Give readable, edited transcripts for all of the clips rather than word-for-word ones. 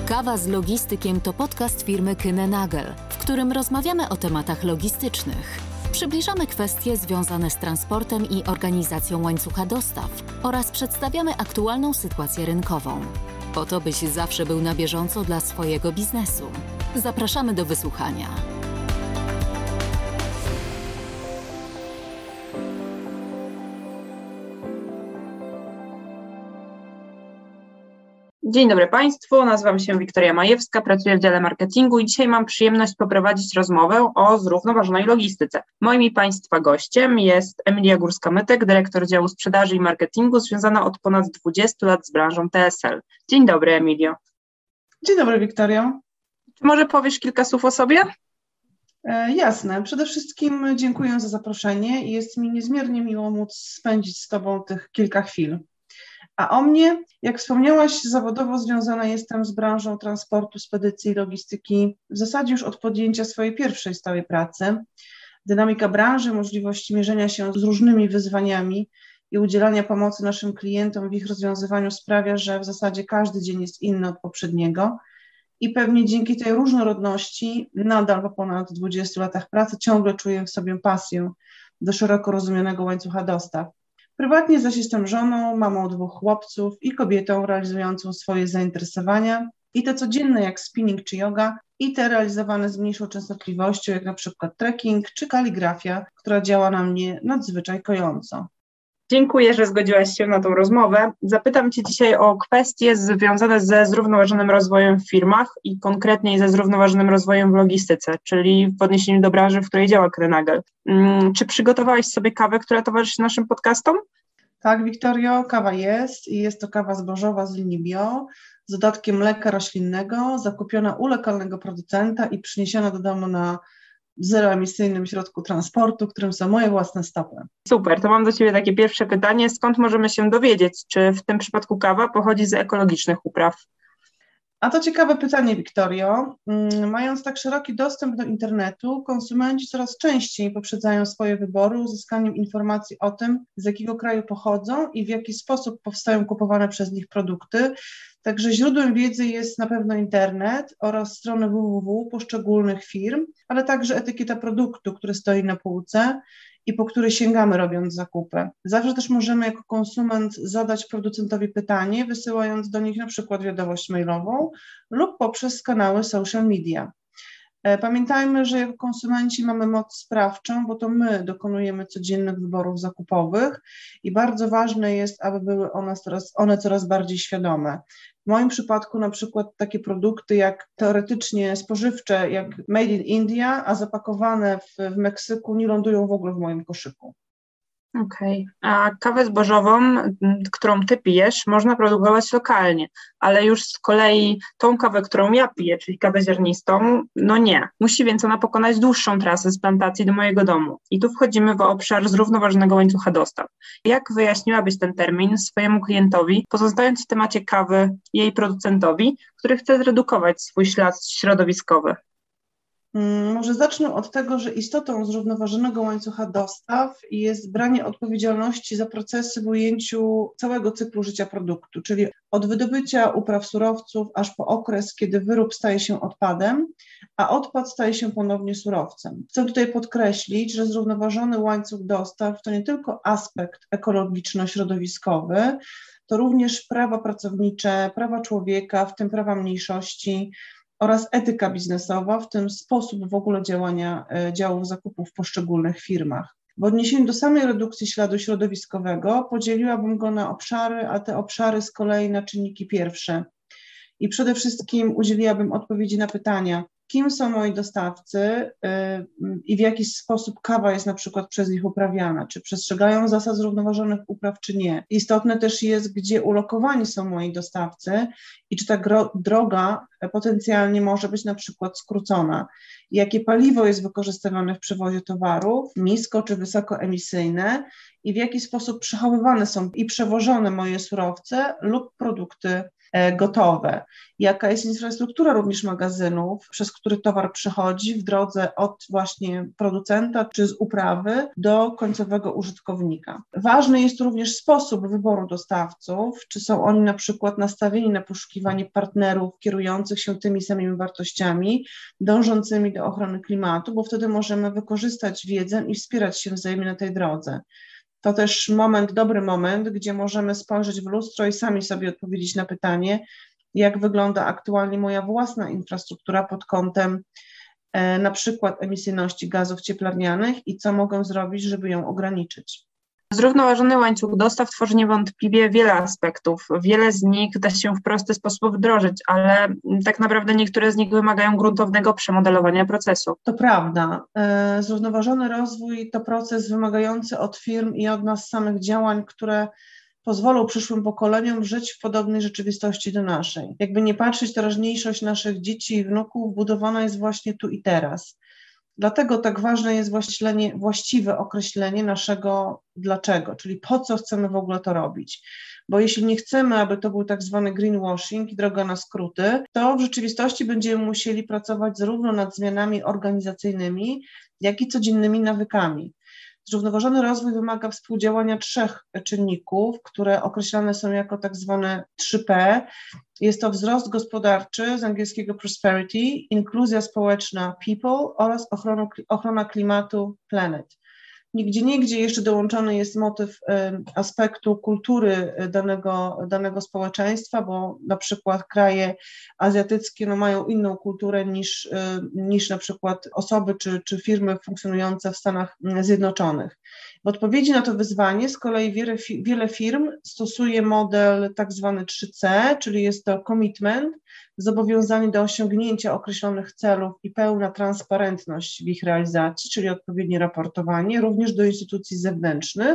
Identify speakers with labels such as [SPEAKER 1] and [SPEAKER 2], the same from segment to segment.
[SPEAKER 1] Kawa z logistykiem to podcast firmy Kühne+Nagel, w którym rozmawiamy o tematach logistycznych. Przybliżamy kwestie związane z transportem i organizacją łańcucha dostaw oraz przedstawiamy aktualną sytuację rynkową. Po to, byś zawsze był na bieżąco dla swojego biznesu. Zapraszamy do wysłuchania.
[SPEAKER 2] Dzień dobry Państwu, nazywam się Wiktoria Majewska, pracuję w dziale marketingu i dzisiaj mam przyjemność poprowadzić rozmowę o zrównoważonej logistyce. Moim i Państwa gościem jest Emilia Górska-Mytek, dyrektor działu sprzedaży i marketingu, związana od ponad 20 lat z branżą TSL. Dzień dobry, Emilio.
[SPEAKER 3] Dzień dobry, Wiktorio.
[SPEAKER 2] Czy może powiesz kilka słów o sobie?
[SPEAKER 3] Jasne. Przede wszystkim dziękuję za zaproszenie i jest mi niezmiernie miło móc spędzić z Tobą tych kilka chwil. A o mnie, jak wspomniałaś, zawodowo związana jestem z branżą transportu, spedycji i logistyki w zasadzie już od podjęcia swojej pierwszej stałej pracy. Dynamika branży, możliwość mierzenia się z różnymi wyzwaniami i udzielania pomocy naszym klientom w ich rozwiązywaniu sprawia, że w zasadzie każdy dzień jest inny od poprzedniego i pewnie dzięki tej różnorodności nadal po ponad 20 latach pracy ciągle czuję w sobie pasję do szeroko rozumianego łańcucha dostaw. Prywatnie zaś jestem żoną, mamą 2 chłopców i kobietą realizującą swoje zainteresowania i te codzienne jak spinning czy yoga i te realizowane z mniejszą częstotliwością jak na przykład trekking czy kaligrafia, która działa na mnie nadzwyczaj kojąco.
[SPEAKER 2] Dziękuję, że zgodziłaś się na tą rozmowę. Zapytam Cię dzisiaj o kwestie związane ze zrównoważonym rozwojem w firmach i konkretniej ze zrównoważonym rozwojem w logistyce, czyli w odniesieniu do branży, w której działa Kühne+Nagel. Czy przygotowałaś sobie kawę, która towarzyszy naszym podcastom?
[SPEAKER 3] Tak, Wiktorio, kawa jest i jest to kawa zbożowa z linii bio, z dodatkiem mleka roślinnego, zakupiona u lokalnego producenta i przyniesiona do domu na zeroemisyjnym środku transportu, którym są moje własne stopy.
[SPEAKER 2] Super, to mam do Ciebie takie pierwsze pytanie. Skąd możemy się dowiedzieć, czy w tym przypadku kawa pochodzi z ekologicznych upraw?
[SPEAKER 3] A to ciekawe pytanie, Wiktorio. Mając tak szeroki dostęp do internetu, konsumenci coraz częściej poprzedzają swoje wybory uzyskaniem informacji o tym, z jakiego kraju pochodzą i w jaki sposób powstają kupowane przez nich produkty. Także źródłem wiedzy jest na pewno internet oraz strony www poszczególnych firm, ale także etykieta produktu, który stoi na półce i po który sięgamy robiąc zakupy. Zawsze też możemy jako konsument zadać producentowi pytanie, wysyłając do nich na przykład wiadomość mailową lub poprzez kanały social media. Pamiętajmy, że jako konsumenci mamy moc sprawczą, bo to my dokonujemy codziennych wyborów zakupowych i bardzo ważne jest, aby były one coraz bardziej świadome. W moim przypadku na przykład takie produkty jak teoretycznie spożywcze, jak Made in India, a zapakowane w Meksyku nie lądują w ogóle w moim koszyku.
[SPEAKER 2] Okej. A kawę zbożową, którą Ty pijesz, można produkować lokalnie, ale już z kolei tą kawę, którą ja piję, czyli kawę ziarnistą, no nie. Musi więc ona pokonać dłuższą trasę z plantacji do mojego domu. I tu wchodzimy w obszar zrównoważonego łańcucha dostaw. Jak wyjaśniłabyś ten termin swojemu klientowi, pozostając w temacie kawy jej producentowi, który chce zredukować swój ślad środowiskowy?
[SPEAKER 3] Może zacznę od tego, że istotą zrównoważonego łańcucha dostaw jest branie odpowiedzialności za procesy w ujęciu całego cyklu życia produktu, czyli od wydobycia upraw surowców aż po okres, kiedy wyrób staje się odpadem, a odpad staje się ponownie surowcem. Chcę tutaj podkreślić, że zrównoważony łańcuch dostaw to nie tylko aspekt ekologiczno-środowiskowy, to również prawa pracownicze, prawa człowieka, w tym prawa mniejszości, oraz etyka biznesowa, w tym sposób w ogóle działania działów zakupów w poszczególnych firmach. W odniesieniu do samej redukcji śladu środowiskowego podzieliłabym go na obszary, a te obszary z kolei na czynniki pierwsze. I przede wszystkim udzieliłabym odpowiedzi na pytania, kim są moi dostawcy i w jaki sposób kawa jest na przykład przez nich uprawiana, czy przestrzegają zasad zrównoważonych upraw, czy nie. Istotne też jest, gdzie ulokowani są moi dostawcy i czy ta droga potencjalnie może być na przykład skrócona. Jakie paliwo jest wykorzystywane w przewozie towarów, nisko czy wysokoemisyjne i w jaki sposób przechowywane są i przewożone moje surowce lub produkty gotowe. Jaka jest infrastruktura również magazynów, przez który towar przechodzi w drodze od właśnie producenta czy z uprawy do końcowego użytkownika. Ważny jest również sposób wyboru dostawców, czy są oni na przykład nastawieni na poszukiwanie partnerów kierujących kierujących się tymi samymi wartościami, dążącymi do ochrony klimatu, bo wtedy możemy wykorzystać wiedzę i wspierać się wzajemnie na tej drodze. To też dobry moment, gdzie możemy spojrzeć w lustro i sami sobie odpowiedzieć na pytanie, jak wygląda aktualnie moja własna infrastruktura pod kątem na przykład emisyjności gazów cieplarnianych i co mogę zrobić, żeby ją ograniczyć.
[SPEAKER 2] Zrównoważony łańcuch dostaw tworzy niewątpliwie wiele aspektów. Wiele z nich da się w prosty sposób wdrożyć, ale tak naprawdę niektóre z nich wymagają gruntownego przemodelowania procesu.
[SPEAKER 3] To prawda. Zrównoważony rozwój to proces wymagający od firm i od nas samych działań, które pozwolą przyszłym pokoleniom żyć w podobnej rzeczywistości do naszej. Jakby nie patrzeć, teraźniejszość naszych dzieci i wnuków budowana jest właśnie tu i teraz. Dlatego tak ważne jest właściwe określenie naszego dlaczego, czyli po co chcemy w ogóle to robić. Bo jeśli nie chcemy, aby to był tak zwany greenwashing i droga na skróty, to w rzeczywistości będziemy musieli pracować zarówno nad zmianami organizacyjnymi, jak i codziennymi nawykami. Zrównoważony rozwój wymaga współdziałania 3 czynników, które określane są jako tak zwane 3P. Jest to wzrost gospodarczy, z angielskiego prosperity, inkluzja społeczna people oraz ochrona klimatu planet. Nigdzie jeszcze dołączony jest motyw aspektu kultury danego społeczeństwa, bo na przykład kraje azjatyckie mają inną kulturę niż na przykład osoby czy firmy funkcjonujące w Stanach Zjednoczonych. W odpowiedzi na to wyzwanie z kolei wiele firm stosuje model tak zwany 3C, czyli jest to commitment, zobowiązanie do osiągnięcia określonych celów i pełna transparentność w ich realizacji, czyli odpowiednie raportowanie, również do instytucji zewnętrznych.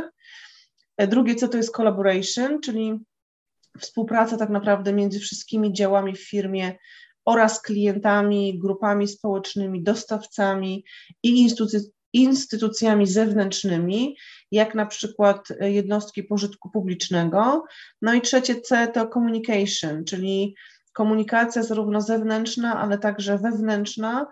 [SPEAKER 3] Drugie C to jest collaboration, czyli współpraca tak naprawdę między wszystkimi działami w firmie oraz klientami, grupami społecznymi, dostawcami i instytucjami zewnętrznymi, jak na przykład jednostki pożytku publicznego. No i trzecie C to communication, czyli komunikacja zarówno zewnętrzna, ale także wewnętrzna,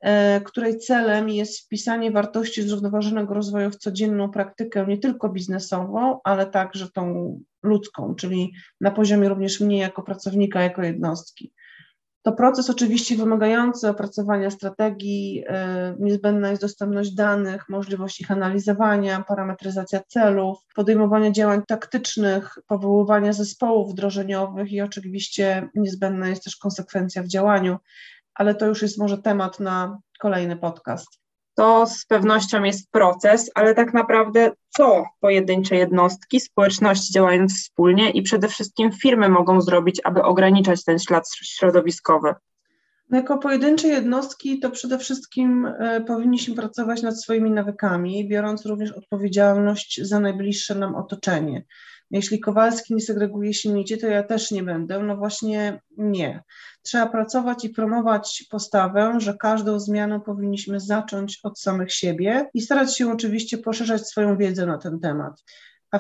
[SPEAKER 3] której celem jest wpisanie wartości zrównoważonego rozwoju w codzienną praktykę, nie tylko biznesową, ale także tą ludzką, czyli na poziomie również mnie jako pracownika, jako jednostki. To proces oczywiście wymagający opracowania strategii, niezbędna jest dostępność danych, możliwość ich analizowania, parametryzacja celów, podejmowania działań taktycznych, powoływania zespołów wdrożeniowych i oczywiście niezbędna jest też konsekwencja w działaniu, ale to już jest może temat na kolejny podcast.
[SPEAKER 2] To z pewnością jest proces, ale tak naprawdę co pojedyncze jednostki, społeczności działając wspólnie i przede wszystkim firmy mogą zrobić, aby ograniczać ten ślad środowiskowy?
[SPEAKER 3] Jako pojedyncze jednostki to przede wszystkim powinniśmy pracować nad swoimi nawykami, biorąc również odpowiedzialność za najbliższe nam otoczenie. Jeśli Kowalski nie segreguje śmieci, to ja też nie będę. No właśnie nie. Trzeba pracować i promować postawę, że każdą zmianę powinniśmy zacząć od samych siebie i starać się oczywiście poszerzać swoją wiedzę na ten temat. A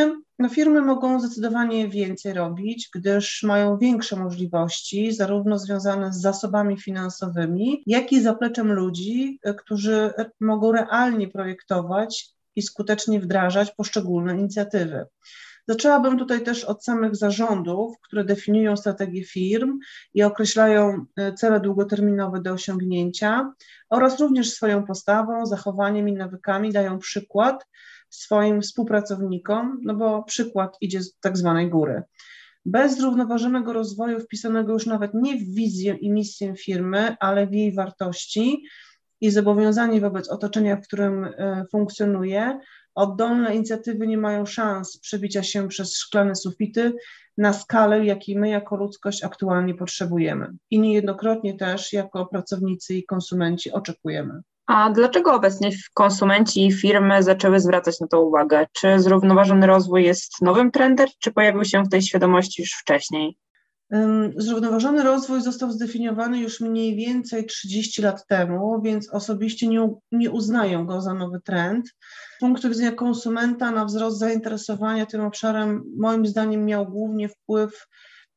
[SPEAKER 3] firmy mogą zdecydowanie więcej robić, gdyż mają większe możliwości, zarówno związane z zasobami finansowymi, jak i zapleczem ludzi, którzy mogą realnie projektować i skutecznie wdrażać poszczególne inicjatywy. Zaczęłabym tutaj też od samych zarządów, które definiują strategie firm i określają cele długoterminowe do osiągnięcia oraz również swoją postawą, zachowaniem i nawykami dają przykład swoim współpracownikom, no bo przykład idzie z tak zwanej góry. Bez zrównoważonego rozwoju wpisanego już nawet nie w wizję i misję firmy, ale w jej wartości i zobowiązanie wobec otoczenia, w którym funkcjonuje, oddolne inicjatywy nie mają szans przebicia się przez szklane sufity na skalę, jakiej my jako ludzkość aktualnie potrzebujemy. I niejednokrotnie też jako pracownicy i konsumenci oczekujemy.
[SPEAKER 2] A dlaczego obecnie konsumenci i firmy zaczęły zwracać na to uwagę? Czy zrównoważony rozwój jest nowym trendem, czy pojawił się w tej świadomości już wcześniej?
[SPEAKER 3] Zrównoważony rozwój został zdefiniowany już mniej więcej 30 lat temu, więc osobiście nie uznaję go za nowy trend. Z punktu widzenia konsumenta na wzrost zainteresowania tym obszarem moim zdaniem miał głównie wpływ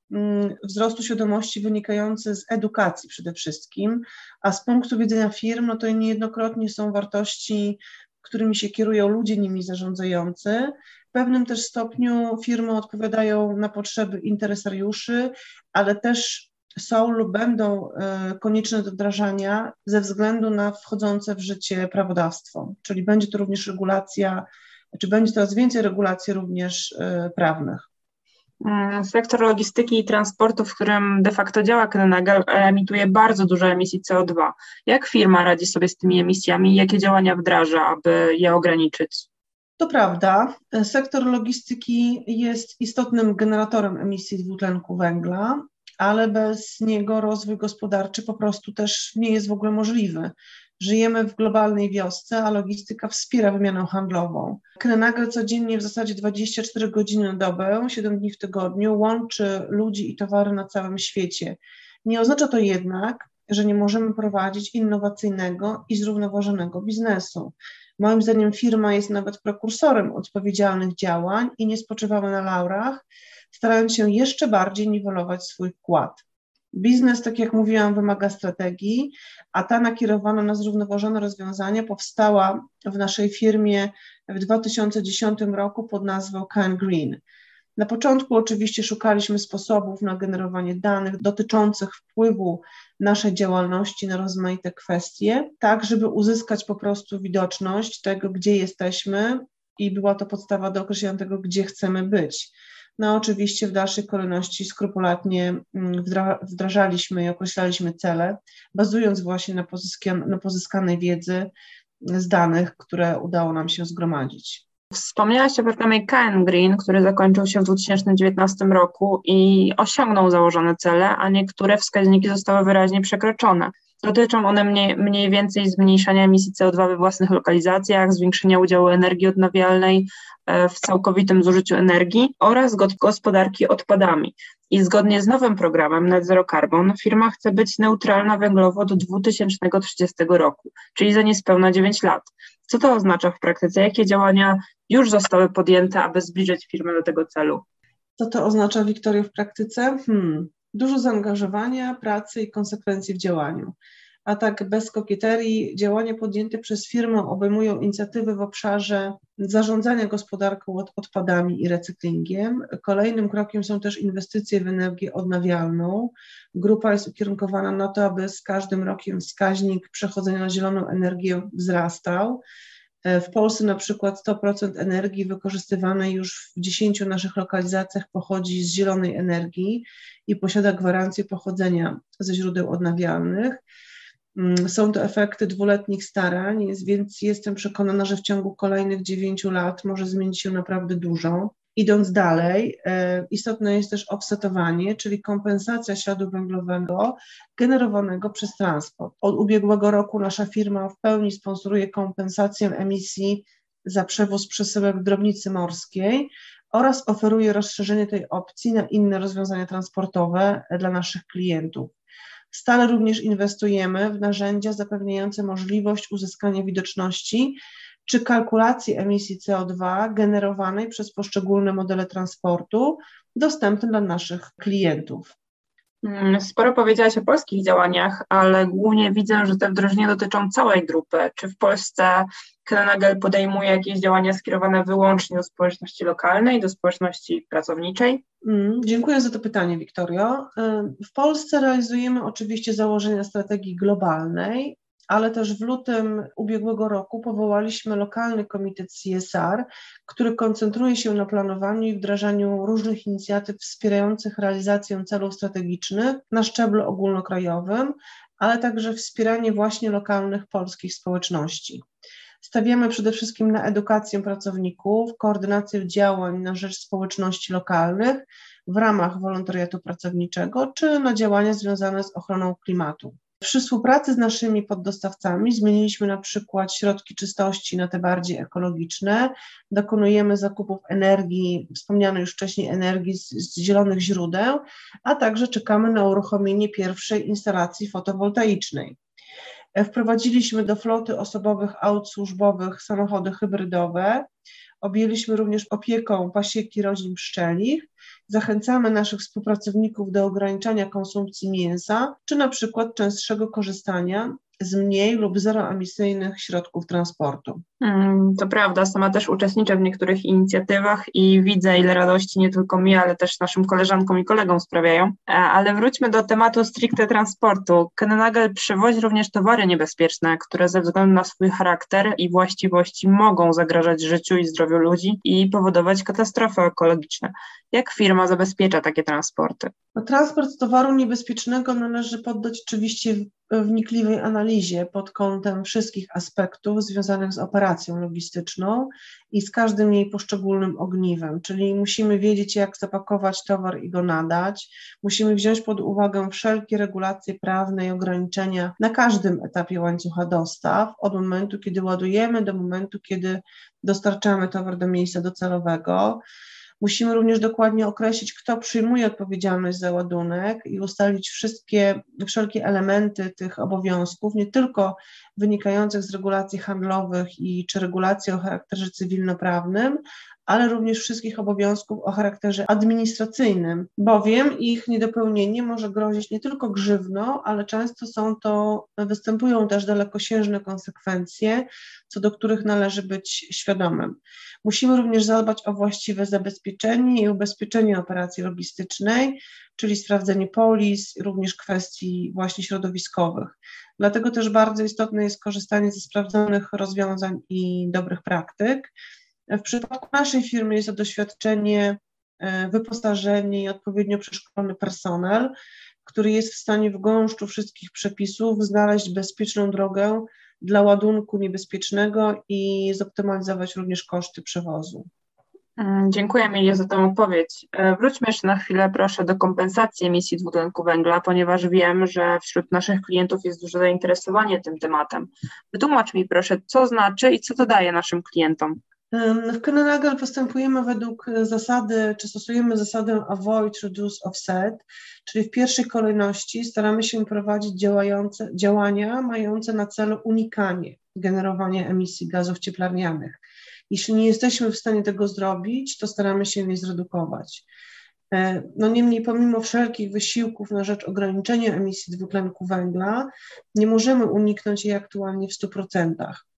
[SPEAKER 3] wzrostu świadomości wynikający z edukacji przede wszystkim, a z punktu widzenia firm, no to niejednokrotnie są wartości, którymi się kierują ludzie nimi zarządzający. W pewnym też stopniu firmy odpowiadają na potrzeby interesariuszy, ale też są lub będą konieczne do wdrażania ze względu na wchodzące w życie prawodawstwo, czyli będzie to również regulacja, czy będzie coraz więcej regulacji również prawnych.
[SPEAKER 2] Sektor logistyki i transportu, w którym de facto działa KNNAGL, emituje bardzo dużo emisji CO2. Jak firma radzi sobie z tymi emisjami i jakie działania wdraża, aby je ograniczyć?
[SPEAKER 3] To prawda, sektor logistyki jest istotnym generatorem emisji dwutlenku węgla, ale bez niego rozwój gospodarczy po prostu też nie jest w ogóle możliwy. Żyjemy w globalnej wiosce, a logistyka wspiera wymianę handlową. KNNAGL codziennie w zasadzie 24 godziny na dobę, 7 dni w tygodniu łączy ludzi i towary na całym świecie. Nie oznacza to jednak, że nie możemy prowadzić innowacyjnego i zrównoważonego biznesu. Moim zdaniem firma jest nawet prekursorem odpowiedzialnych działań i nie spoczywamy na laurach, starając się jeszcze bardziej niwelować swój wkład. Biznes, tak jak mówiłam, wymaga strategii, a ta nakierowana na zrównoważone rozwiązania powstała w naszej firmie w 2010 roku pod nazwą KN Green. Na początku oczywiście szukaliśmy sposobów na generowanie danych dotyczących wpływu naszej działalności na rozmaite kwestie, tak żeby uzyskać po prostu widoczność tego, gdzie jesteśmy i była to podstawa do określenia tego, gdzie chcemy być. No oczywiście w dalszej kolejności skrupulatnie wdrażaliśmy i określaliśmy cele, bazując właśnie na pozyskanej wiedzy z danych, które udało nam się zgromadzić.
[SPEAKER 2] Wspomniałaś o programie KN Green, który zakończył się w 2019 roku i osiągnął założone cele, a niektóre wskaźniki zostały wyraźnie przekroczone. Dotyczą one mniej więcej zmniejszania emisji CO2 we własnych lokalizacjach, zwiększenia udziału energii odnawialnej w całkowitym zużyciu energii oraz gospodarki odpadami. I zgodnie z nowym programem Net Zero Carbon firma chce być neutralna węglowo do 2030 roku, czyli za niespełna 9 lat. Co to oznacza w praktyce? Jakie działania już zostały podjęte, aby zbliżyć firmę do tego celu?
[SPEAKER 3] Co to oznacza, Wiktorio, w praktyce? Dużo zaangażowania, pracy i konsekwencji w działaniu. A tak bez kokieterii, działania podjęte przez firmę obejmują inicjatywy w obszarze zarządzania gospodarką odpadami i recyklingiem. Kolejnym krokiem są też inwestycje w energię odnawialną. Grupa jest ukierunkowana na to, aby z każdym rokiem wskaźnik przechodzenia na zieloną energię wzrastał. W Polsce na przykład 100% energii wykorzystywanej już w 10 naszych lokalizacjach pochodzi z zielonej energii i posiada gwarancję pochodzenia ze źródeł odnawialnych. Są to efekty 2-letnich starań, więc jestem przekonana, że w ciągu kolejnych 9 lat może zmienić się naprawdę dużo. Idąc dalej, istotne jest też offsetowanie, czyli kompensacja śladu węglowego generowanego przez transport. Od ubiegłego roku nasza firma w pełni sponsoruje kompensację emisji za przewóz przesyłek w drobnicy morskiej oraz oferuje rozszerzenie tej opcji na inne rozwiązania transportowe dla naszych klientów. Stale również inwestujemy w narzędzia zapewniające możliwość uzyskania widoczności czy kalkulacji emisji CO2 generowanej przez poszczególne modele transportu dostępne dla naszych klientów.
[SPEAKER 2] Sporo powiedziałaś o polskich działaniach, ale głównie widzę, że te wdrożenia dotyczą całej grupy. Czy w Polsce KNNAGL podejmuje jakieś działania skierowane wyłącznie do społeczności lokalnej, do społeczności pracowniczej?
[SPEAKER 3] Dziękuję za to pytanie, Wiktorio. W Polsce realizujemy oczywiście założenia strategii globalnej, ale też w lutym ubiegłego roku powołaliśmy lokalny komitet CSR, który koncentruje się na planowaniu i wdrażaniu różnych inicjatyw wspierających realizację celów strategicznych na szczeblu ogólnokrajowym, ale także wspieranie właśnie lokalnych polskich społeczności. Stawiamy przede wszystkim na edukację pracowników, koordynację działań na rzecz społeczności lokalnych w ramach wolontariatu pracowniczego czy na działania związane z ochroną klimatu. Przy współpracy z naszymi poddostawcami zmieniliśmy na przykład środki czystości na te bardziej ekologiczne, dokonujemy zakupów energii, wspomnianej już wcześniej energii z zielonych źródeł, a także czekamy na uruchomienie pierwszej instalacji fotowoltaicznej. Wprowadziliśmy do floty osobowych aut służbowych samochody hybrydowe, objęliśmy również opieką pasieki rodzin pszczelich, zachęcamy naszych współpracowników do ograniczania konsumpcji mięsa, czy na przykład częstszego korzystania z mniej lub zeroemisyjnych środków transportu.
[SPEAKER 2] To prawda, sama też uczestniczę w niektórych inicjatywach i widzę, ile radości nie tylko mi, ale też naszym koleżankom i kolegom sprawiają. Ale wróćmy do tematu stricte transportu. Kühne+Nagel przywozi również towary niebezpieczne, które ze względu na swój charakter i właściwości mogą zagrażać życiu i zdrowiu ludzi i powodować katastrofy ekologiczne. Jak firma zabezpiecza takie transporty?
[SPEAKER 3] Transport towaru niebezpiecznego należy poddać oczywiście wnikliwej analizie pod kątem wszystkich aspektów związanych z operacją logistyczną i z każdym jej poszczególnym ogniwem, czyli musimy wiedzieć, jak zapakować towar i go nadać, musimy wziąć pod uwagę wszelkie regulacje prawne i ograniczenia na każdym etapie łańcucha dostaw, od momentu, kiedy ładujemy, do momentu, kiedy dostarczamy towar do miejsca docelowego. Musimy również dokładnie określić, kto przyjmuje odpowiedzialność za ładunek i ustalić wszelkie elementy tych obowiązków, nie tylko wynikających z regulacji handlowych czy regulacji o charakterze cywilnoprawnym, ale również wszystkich obowiązków o charakterze administracyjnym, bowiem ich niedopełnienie może grozić nie tylko grzywną, ale często występują też dalekosiężne konsekwencje, co do których należy być świadomym. Musimy również zadbać o właściwe zabezpieczenie i ubezpieczenie operacji logistycznej, czyli sprawdzenie polis, również kwestii właśnie środowiskowych. Dlatego też bardzo istotne jest korzystanie ze sprawdzonych rozwiązań i dobrych praktyk. W przypadku naszej firmy jest to doświadczenie, wyposażenie i odpowiednio przeszkolony personel, który jest w stanie w gąszczu wszystkich przepisów znaleźć bezpieczną drogę dla ładunku niebezpiecznego i zoptymalizować również koszty przewozu.
[SPEAKER 2] Dziękuję Emilia za tę odpowiedź. Wróćmy jeszcze na chwilę proszę do kompensacji emisji dwutlenku węgla, ponieważ wiem, że wśród naszych klientów jest duże zainteresowanie tym tematem. Wytłumacz mi proszę, co znaczy i co to daje naszym klientom.
[SPEAKER 3] W Kühne+Nagel postępujemy stosujemy zasadę avoid, reduce, offset, czyli w pierwszej kolejności staramy się prowadzić działania mające na celu unikanie generowania emisji gazów cieplarnianych. Jeśli nie jesteśmy w stanie tego zrobić, to staramy się je zredukować. Niemniej pomimo wszelkich wysiłków na rzecz ograniczenia emisji dwutlenku węgla, nie możemy uniknąć jej aktualnie w 100%.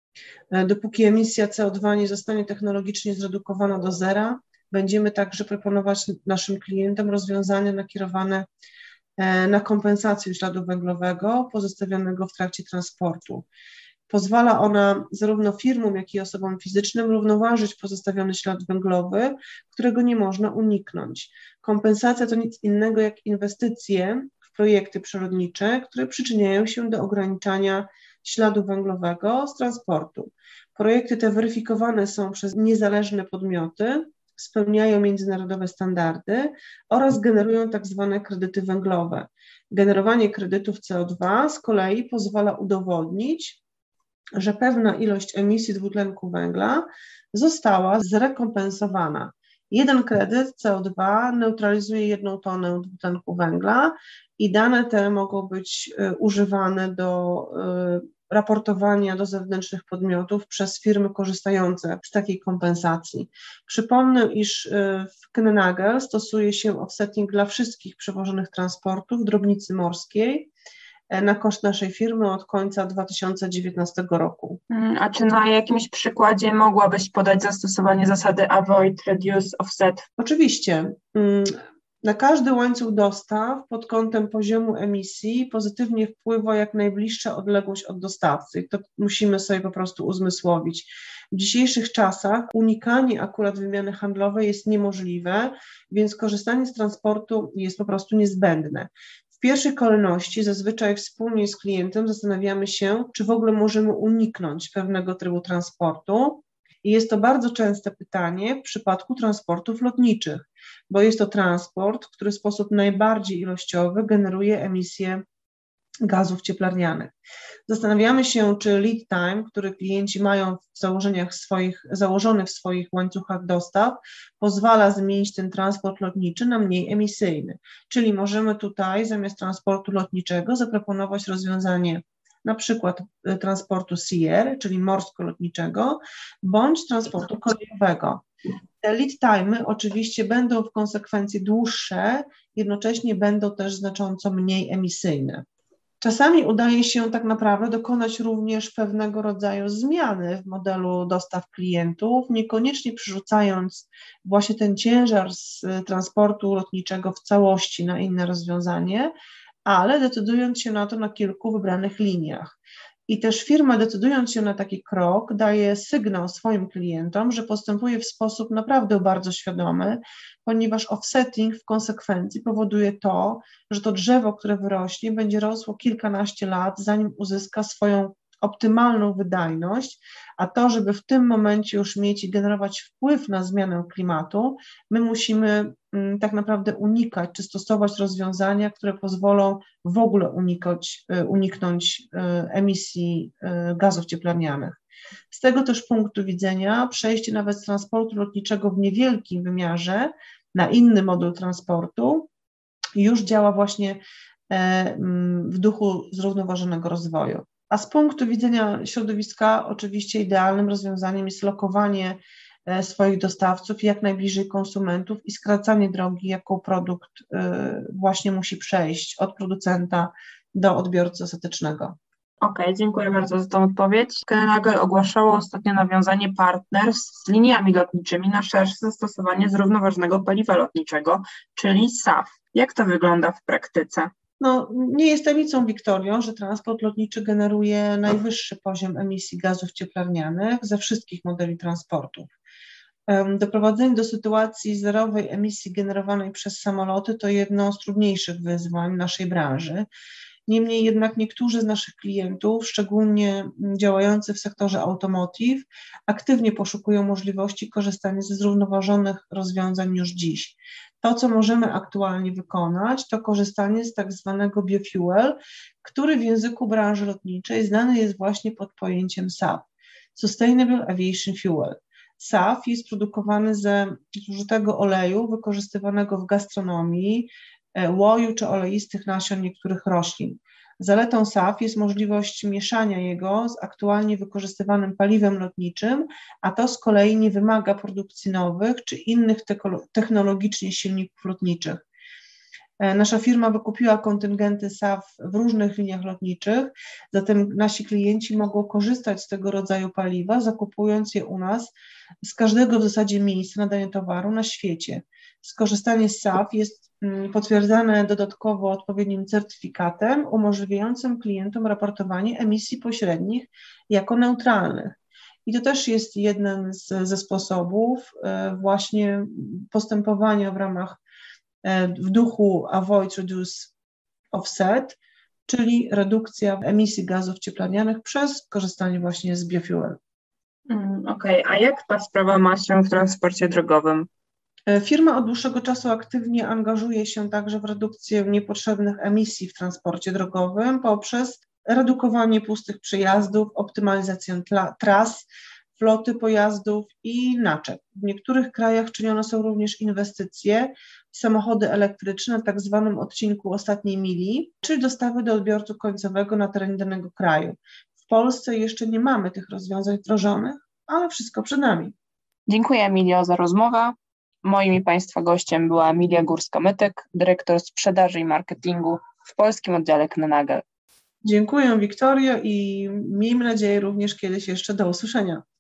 [SPEAKER 3] Dopóki emisja CO2 nie zostanie technologicznie zredukowana do zera, będziemy także proponować naszym klientom rozwiązania nakierowane na kompensację śladu węglowego pozostawionego w trakcie transportu. Pozwala ona zarówno firmom, jak i osobom fizycznym równoważyć pozostawiony ślad węglowy, którego nie można uniknąć. Kompensacja to nic innego jak inwestycje w projekty przyrodnicze, które przyczyniają się do ograniczania śladu węglowego z transportu. Projekty te weryfikowane są przez niezależne podmioty, spełniają międzynarodowe standardy oraz generują tak zwane kredyty węglowe. Generowanie kredytów CO2 z kolei pozwala udowodnić, że pewna ilość emisji dwutlenku węgla została zrekompensowana. Jeden kredyt CO2 neutralizuje 1 tonę dwutlenku węgla i dane te mogą być używane do raportowania do zewnętrznych podmiotów przez firmy korzystające z takiej kompensacji. Przypomnę, iż w Kühne+Nagel stosuje się offsetting dla wszystkich przewożonych transportów drobnicy morskiej na koszt naszej firmy od końca 2019 roku.
[SPEAKER 2] A czy na jakimś przykładzie mogłabyś podać zastosowanie zasady avoid, reduce, offset?
[SPEAKER 3] Oczywiście. Na każdy łańcuch dostaw pod kątem poziomu emisji pozytywnie wpływa jak najbliższa odległość od dostawcy. To musimy sobie po prostu uzmysłowić. W dzisiejszych czasach unikanie akurat wymiany handlowej jest niemożliwe, więc korzystanie z transportu jest po prostu niezbędne. W pierwszej kolejności zazwyczaj wspólnie z klientem zastanawiamy się, czy w ogóle możemy uniknąć pewnego trybu transportu. I jest to bardzo częste pytanie w przypadku transportów lotniczych, bo jest to transport, który w sposób najbardziej ilościowy generuje emisję gazów cieplarnianych. Zastanawiamy się, czy lead time, który klienci mają założony w swoich łańcuchach dostaw, pozwala zmienić ten transport lotniczy na mniej emisyjny. Czyli możemy tutaj zamiast transportu lotniczego zaproponować rozwiązanie na przykład transportu sea, czyli morsko-lotniczego, bądź transportu kolejowego. Te lead time'y oczywiście będą w konsekwencji dłuższe, jednocześnie będą też znacząco mniej emisyjne. Czasami udaje się tak naprawdę dokonać również pewnego rodzaju zmiany w modelu dostaw klientów, niekoniecznie przerzucając właśnie ten ciężar z transportu lotniczego w całości na inne rozwiązanie, ale decydując się na to na kilku wybranych liniach. I też firma, decydując się na taki krok, daje sygnał swoim klientom, że postępuje w sposób naprawdę bardzo świadomy, ponieważ offsetting w konsekwencji powoduje to, że to drzewo, które wyrośnie, będzie rosło kilkanaście lat, zanim uzyska swoją optymalną wydajność, a to, żeby w tym momencie już mieć i generować wpływ na zmianę klimatu, my musimy tak naprawdę unikać czy stosować rozwiązania, które pozwolą w ogóle uniknąć emisji gazów cieplarnianych. Z tego też punktu widzenia przejście nawet z transportu lotniczego w niewielkim wymiarze na inny model transportu już działa właśnie w duchu zrównoważonego rozwoju. A z punktu widzenia środowiska oczywiście idealnym rozwiązaniem jest lokowanie swoich dostawców jak najbliżej konsumentów i skracanie drogi, jaką produkt właśnie musi przejść od producenta do odbiorcy ostatecznego.
[SPEAKER 2] Okej, dziękuję bardzo za tę odpowiedź. Kühne+Nagel ogłaszało ostatnio nawiązanie partnerstw z liniami lotniczymi na szersze zastosowanie zrównoważonego paliwa lotniczego, czyli SAF. Jak to wygląda w praktyce?
[SPEAKER 3] Nie jest tajemnicą, Wiktorio, że transport lotniczy generuje najwyższy poziom emisji gazów cieplarnianych ze wszystkich modeli transportów. Doprowadzenie do sytuacji zerowej emisji generowanej przez samoloty to jedno z trudniejszych wyzwań naszej branży. Niemniej jednak niektórzy z naszych klientów, szczególnie działający w sektorze automotive, aktywnie poszukują możliwości korzystania ze zrównoważonych rozwiązań już dziś. To, co możemy aktualnie wykonać, to korzystanie z tak zwanego biofuel, który w języku branży lotniczej znany jest właśnie pod pojęciem SAF, Sustainable Aviation Fuel. SAF jest produkowany ze zużytego oleju wykorzystywanego w gastronomii, łoju czy oleistych nasion niektórych roślin. Zaletą SAF jest możliwość mieszania jego z aktualnie wykorzystywanym paliwem lotniczym, a to z kolei nie wymaga produkcji nowych czy innych technologicznie silników lotniczych. Nasza firma wykupiła kontyngenty SAF w różnych liniach lotniczych, zatem nasi klienci mogą korzystać z tego rodzaju paliwa, zakupując je u nas z każdego w zasadzie miejsca nadania towaru na świecie. Skorzystanie z SAF jest potwierdzane dodatkowo odpowiednim certyfikatem umożliwiającym klientom raportowanie emisji pośrednich jako neutralnych. I to też jest jeden ze sposobów właśnie postępowania w duchu Avoid, Reduce, Offset, czyli redukcja emisji gazów cieplarnianych przez korzystanie właśnie z biofuel.
[SPEAKER 2] Okej, a jak ta sprawa ma się w transporcie drogowym?
[SPEAKER 3] Firma od dłuższego czasu aktywnie angażuje się także w redukcję niepotrzebnych emisji w transporcie drogowym poprzez redukowanie pustych przejazdów, optymalizację tras, floty pojazdów i naczep. W niektórych krajach czynione są również inwestycje w samochody elektryczne na tak zwanym odcinku ostatniej mili, czyli dostawy do odbiorcy końcowego na terenie danego kraju. W Polsce jeszcze nie mamy tych rozwiązań wdrożonych, ale wszystko przed nami.
[SPEAKER 4] Dziękuję, Emilio, za rozmowę. Moim i Państwa gościem była Emilia Górska-Mytyk, dyrektor sprzedaży i marketingu w polskim oddziale Kühne+Nagel.
[SPEAKER 3] Dziękuję, Wiktorio, i miejmy nadzieję również kiedyś jeszcze do usłyszenia.